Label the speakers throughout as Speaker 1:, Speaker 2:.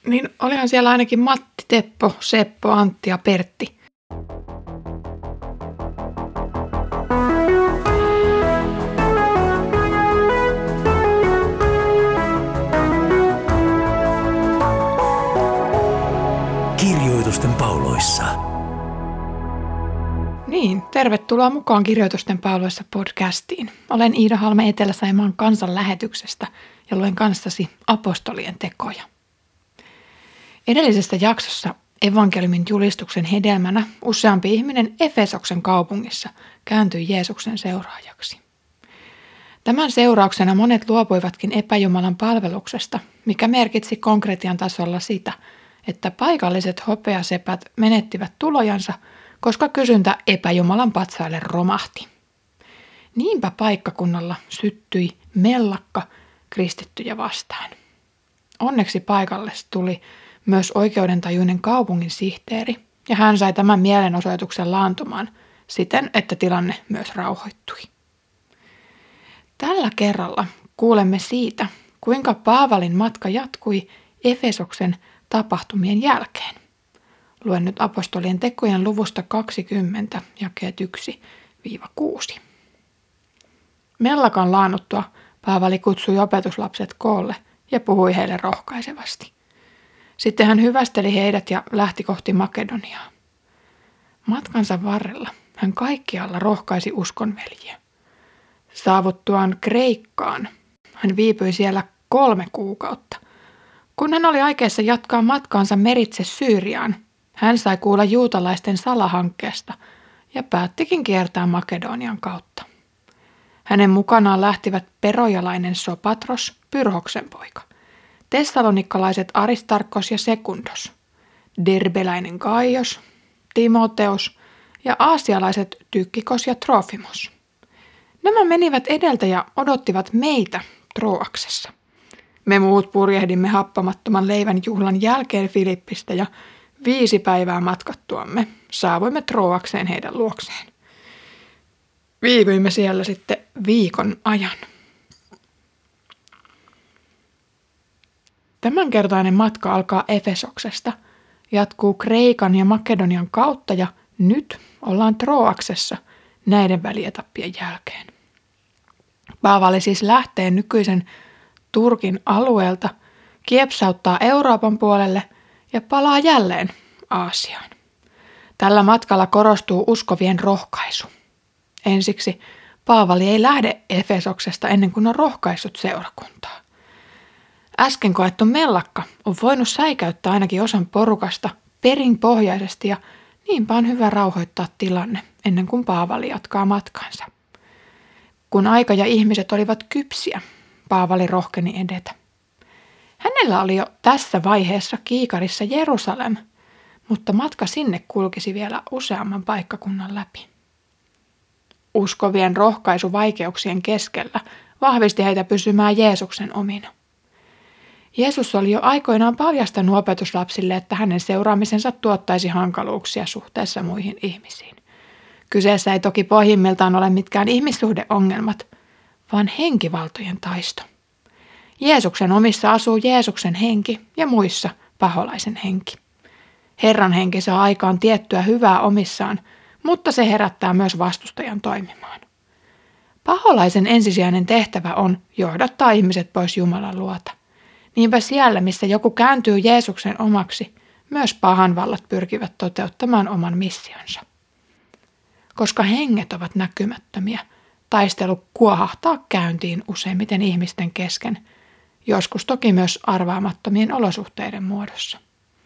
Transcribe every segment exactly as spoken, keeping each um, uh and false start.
Speaker 1: Niin olihan siellä ainakin Matti, Teppo, Seppo, Antti ja Pertti.
Speaker 2: Kirjoitusten pauloissa.
Speaker 1: Niin, tervetuloa mukaan Kirjoitusten pauloissa podcastiin. Olen Iida Halme Etelä-Saimaan kansanlähetyksestä ja luen kanssasi apostolien tekoja. Edellisessä jaksossa evankeliumin julistuksen hedelmänä useampi ihminen Efesoksen kaupungissa kääntyi Jeesuksen seuraajaksi. Tämän seurauksena monet luopuivatkin epäjumalan palveluksesta, mikä merkitsi konkretian tasolla sitä, että paikalliset hopeasepät menettivät tulojansa, koska kysyntä epäjumalan patsaille romahti. Niinpä paikkakunnalla syttyi mellakka kristittyjä vastaan. Onneksi paikalle tuli myös oikeudentajuinen kaupungin sihteeri, ja hän sai tämän mielenosoituksen laantumaan siten, että tilanne myös rauhoittui. Tällä kerralla kuulemme siitä, kuinka Paavalin matka jatkui Efesoksen tapahtumien jälkeen. Luen nyt apostolien tekojen luvusta kaksikymmentä, jakeet yksi kuusi. Mellakan laannuttua Paavali kutsui opetuslapset koolle ja puhui heille rohkaisevasti. Sitten hän hyvästeli heidät ja lähti kohti Makedoniaa. Matkansa varrella hän kaikkialla rohkaisi uskonveljiä. Saavuttuaan Kreikkaan hän viipyi siellä kolme kuukautta. Kun hän oli aikeissa jatkaa matkaansa meritse Syyriaan, hän sai kuulla juutalaisten salahankkeesta ja päättikin kiertää Makedonian kautta. Hänen mukanaan lähtivät perojalainen Sopatros, Pyrhoksen poika, tessalonikalaiset Aristarkos ja Sekundos, derbeläinen Gaios, Timoteus ja aasialaiset Tykkikos ja Trofimos. Nämä menivät edeltä ja odottivat meitä Troaksessa. Me muut purjehdimme happamattoman leivän juhlan jälkeen Filippistä ja viisi päivää matkattuamme saavuimme Troakseen heidän luokseen. Viivyimme siellä sitten viikon ajan. Tämänkertainen matka alkaa Efesoksesta, jatkuu Kreikan ja Makedonian kautta ja nyt ollaan Troaksessa näiden välietappien jälkeen. Paavali siis lähtee nykyisen Turkin alueelta, kiepsauttaa Euroopan puolelle ja palaa jälleen Aasiaan. Tällä matkalla korostuu uskovien rohkaisu. Ensiksi Paavali ei lähde Efesoksesta ennen kuin on rohkaissut seurakuntaa. Äsken koettu mellakka on voinut säikäyttää ainakin osan porukasta perinpohjaisesti ja niinpä on hyvä rauhoittaa tilanne ennen kuin Paavali jatkaa matkansa. Kun aika ja ihmiset olivat kypsiä, Paavali rohkeni edetä. Hänellä oli jo tässä vaiheessa kiikarissa Jerusalem, mutta matka sinne kulkisi vielä useamman paikkakunnan läpi. Uskovien rohkaisu vaikeuksien keskellä vahvisti heitä pysymään Jeesuksen omina. Jeesus oli jo aikoinaan paljastanut opetuslapsille, että hänen seuraamisensa tuottaisi hankaluuksia suhteessa muihin ihmisiin. Kyseessä ei toki pohjimmiltaan ole mitkään ihmissuhdeongelmat, vaan henkivaltojen taisto. Jeesuksen omissa asuu Jeesuksen henki ja muissa paholaisen henki. Herran henki saa aikaan tiettyä hyvää omissaan, mutta se herättää myös vastustajan toimimaan. Paholaisen ensisijainen tehtävä on johdattaa ihmiset pois Jumalan luota. Niinpä siellä, missä joku kääntyy Jeesuksen omaksi, myös pahan vallat pyrkivät toteuttamaan oman missionsa. Koska henget ovat näkymättömiä, taistelu kuohahtaa käyntiin useimmiten ihmisten kesken, joskus toki myös arvaamattomien olosuhteiden muodossa.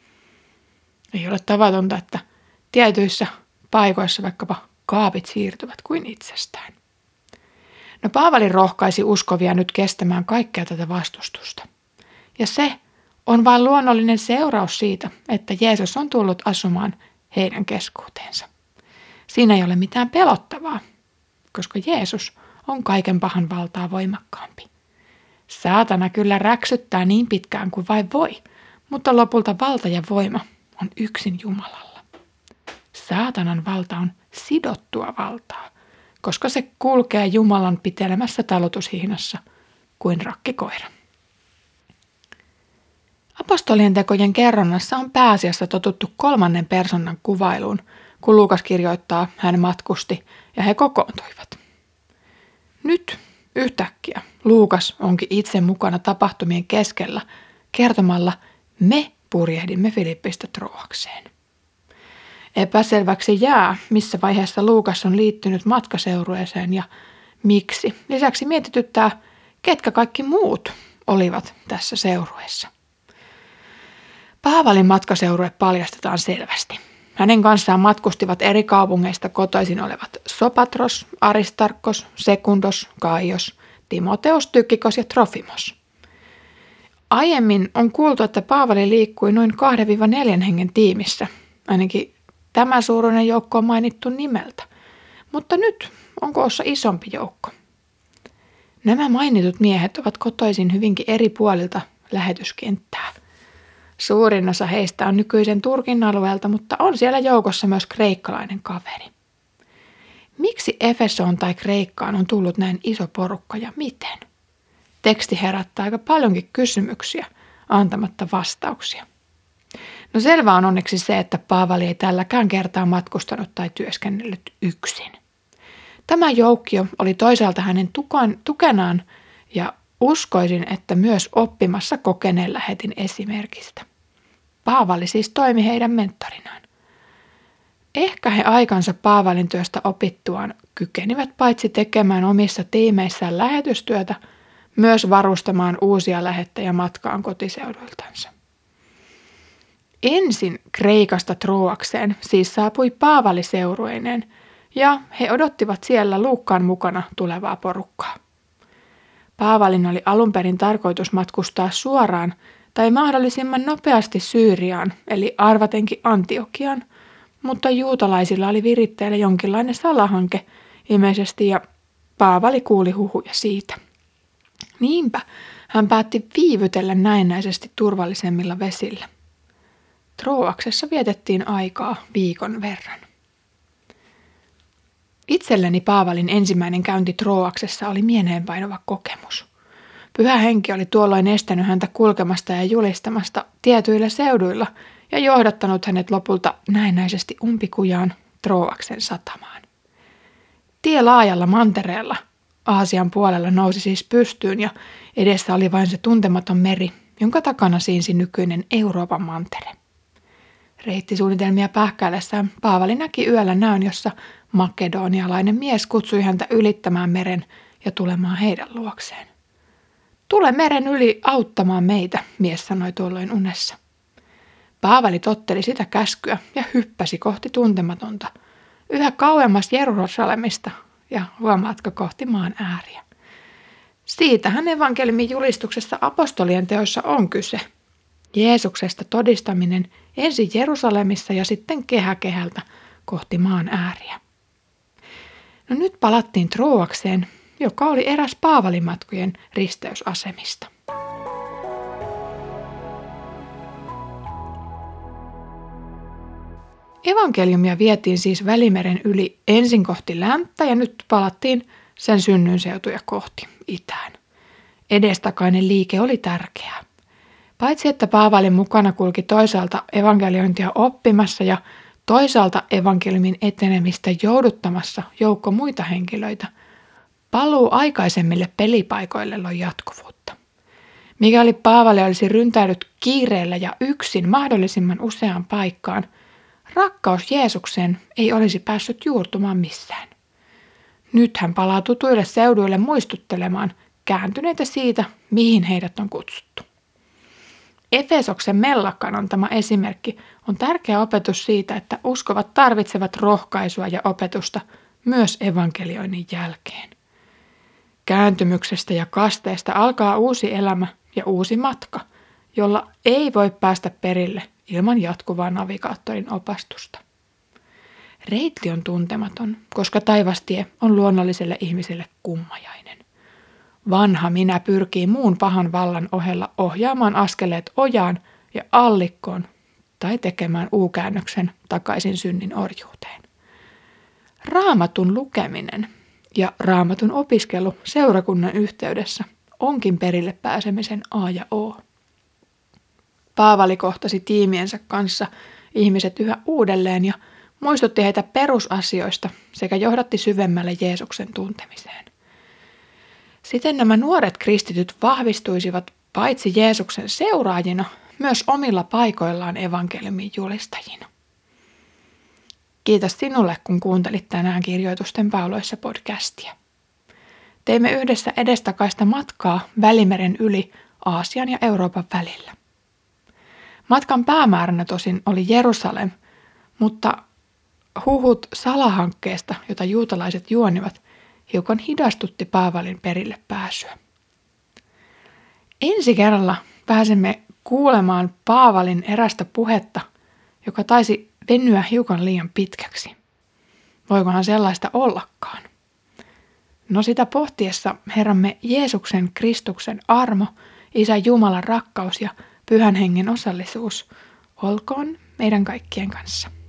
Speaker 1: Ei ole tavatonta, että tietyissä paikoissa vaikkapa kaapit siirtyvät kuin itsestään. No Paavali rohkaisi uskovia nyt kestämään kaikkea tätä vastustusta. Ja se on vain luonnollinen seuraus siitä, että Jeesus on tullut asumaan heidän keskuuteensa. Siinä ei ole mitään pelottavaa, koska Jeesus on kaiken pahan valtaa voimakkaampi. Saatana kyllä räksyttää niin pitkään kuin vain voi, mutta lopulta valta ja voima on yksin Jumalalla. Saatanan valta on sidottua valtaa, koska se kulkee Jumalan pitelemässä talutushihnassa kuin rakkikoira. Apostolien tekojen kerronnassa on pääasiassa totuttu kolmannen persoonan kuvailuun, kun Luukas kirjoittaa, hän matkusti ja he kokoontuivat. Nyt yhtäkkiä Luukas onkin itse mukana tapahtumien keskellä kertomalla, me purjehdimme Filippistä Troakseen. Epäselväksi jää, missä vaiheessa Luukas on liittynyt matkaseurueeseen ja miksi. Lisäksi mietityttää, ketkä kaikki muut olivat tässä seurueessa. Paavalin matkaseurue paljastetaan selvästi. Hänen kanssaan matkustivat eri kaupungeista kotoisin olevat Sopatros, Aristarkkos, Sekundos, Kaios, Timoteos, Tykikos ja Trofimos. Aiemmin on kuultu, että Paavali liikkui noin kahdesta neljään hengen tiimissä. Ainakin tämä suuruinen joukko on mainittu nimeltä. Mutta nyt on koossa isompi joukko. Nämä mainitut miehet ovat kotoisin hyvinkin eri puolilta lähetyskenttää. Suurin osa heistä on nykyisen Turkin alueelta, mutta on siellä joukossa myös kreikkalainen kaveri. Miksi Efesoon tai Kreikkaan on tullut näin iso porukka ja miten? Teksti herättää aika paljonkin kysymyksiä antamatta vastauksia. No selvä on onneksi se, että Paavali ei tälläkään kertaa matkustanut tai työskennellyt yksin. Tämä joukkio oli toisaalta hänen tukenaan ja uskoisin, että myös oppimassa kokeneen lähetin esimerkistä. Paavali siis toimi heidän mentorinaan. Ehkä he aikansa Paavalin työstä opittuaan kykenivät paitsi tekemään omissa tiimeissään lähetystyötä, myös varustamaan uusia lähettejä matkaan kotiseuduiltansa. Ensin Kreikasta Troakseen siis saapui Paavali seurueineen ja he odottivat siellä Luukkaan mukana tulevaa porukkaa. Paavalin oli alun perin tarkoitus matkustaa suoraan tai mahdollisimman nopeasti Syyriaan, eli arvatenkin Antiokiaan, mutta juutalaisilla oli viritteillä jonkinlainen salahanke ilmeisesti ja Paavali kuuli huhuja siitä. Niinpä hän päätti viivytellä näennäisesti turvallisemmilla vesillä. Troaksessa vietettiin aikaa viikon verran. Itselleni Paavalin ensimmäinen käynti Troaksessa oli mieleenpainuva kokemus. Pyhä henki oli tuolloin estänyt häntä kulkemasta ja julistamasta tietyillä seuduilla ja johdattanut hänet lopulta näennäisesti umpikujaan Troaksen satamaan. Tie laajalla mantereella Aasian puolella nousi siis pystyyn ja edessä oli vain se tuntematon meri, jonka takana siinsi nykyinen Euroopan mantere. Reittisuunnitelmia pähkäillessään Paavali näki yöllä näön, jossa makedonialainen mies kutsui häntä ylittämään meren ja tulemaan heidän luokseen. Tule meren yli auttamaan meitä, mies sanoi tuolloin unessa. Paavali totteli sitä käskyä ja hyppäsi kohti tuntematonta, yhä kauemmas Jerusalemista ja huomaatko kohti maan ääriä. Siitähän evankeliumin julistuksessa apostolien teoissa on kyse. Jeesuksesta todistaminen ensin Jerusalemissa ja sitten kehä kehältä kohti maan ääriä. No nyt palattiin Troakseen, joka oli eräs Paavalin matkojen risteysasemista. Evankeliumia vietiin siis Välimeren yli ensin kohti länttä ja nyt palattiin sen synnyinseutuja kohti itään. Edestakainen liike oli tärkeää. Paitsi että Paavalin mukana kulki toisaalta evankeliointia oppimassa ja toisaalta evankeliumin etenemistä jouduttamassa joukko muita henkilöitä, paluu aikaisemmille pelipaikoille loi jatkuvuutta. Mikäli Paavali olisi ryntäydyt kiireellä ja yksin mahdollisimman useaan paikkaan, rakkaus Jeesukseen ei olisi päässyt juurtumaan missään. Nyt hän palaa tutuille seuduille muistuttelemaan kääntyneitä siitä, mihin heidät on kutsuttu. Efesoksen mellakkaan antama esimerkki on tärkeä opetus siitä, että uskovat tarvitsevat rohkaisua ja opetusta myös evankelioinnin jälkeen. Kääntymyksestä ja kasteesta alkaa uusi elämä ja uusi matka, jolla ei voi päästä perille ilman jatkuvaa navigaattorin opastusta. Reitti on tuntematon, koska taivastie on luonnolliselle ihmiselle kummajainen. Vanha minä pyrkii muun pahan vallan ohella ohjaamaan askeleet ojaan ja allikkoon tai tekemään U-käännöksen takaisin synnin orjuuteen. Raamatun lukeminen ja Raamatun opiskelu seurakunnan yhteydessä onkin perille pääsemisen A ja O. Paavali kohtasi tiimiensä kanssa ihmiset yhä uudelleen ja muistutti heitä perusasioista sekä johdatti syvemmälle Jeesuksen tuntemiseen. Siten nämä nuoret kristityt vahvistuisivat paitsi Jeesuksen seuraajina, myös omilla paikoillaan evankeliumin julistajina. Kiitos sinulle, kun kuuntelit tänään Kirjoitusten pauloissa podcastia. Teimme yhdessä edestakaista matkaa Välimeren yli Aasian ja Euroopan välillä. Matkan päämääränä tosin oli Jerusalem, mutta huhut salahankkeesta, jota juutalaiset juonivat, hiukan hidastutti Paavalin perille pääsyä. Ensi kerralla pääsemme kuulemaan Paavalin erästä puhetta, joka taisi venyä hiukan liian pitkäksi. Voikohan sellaista ollakaan? No sitä pohtiessa Herramme Jeesuksen Kristuksen armo, Isä Jumalan rakkaus ja Pyhän Hengen osallisuus olkoon meidän kaikkien kanssa.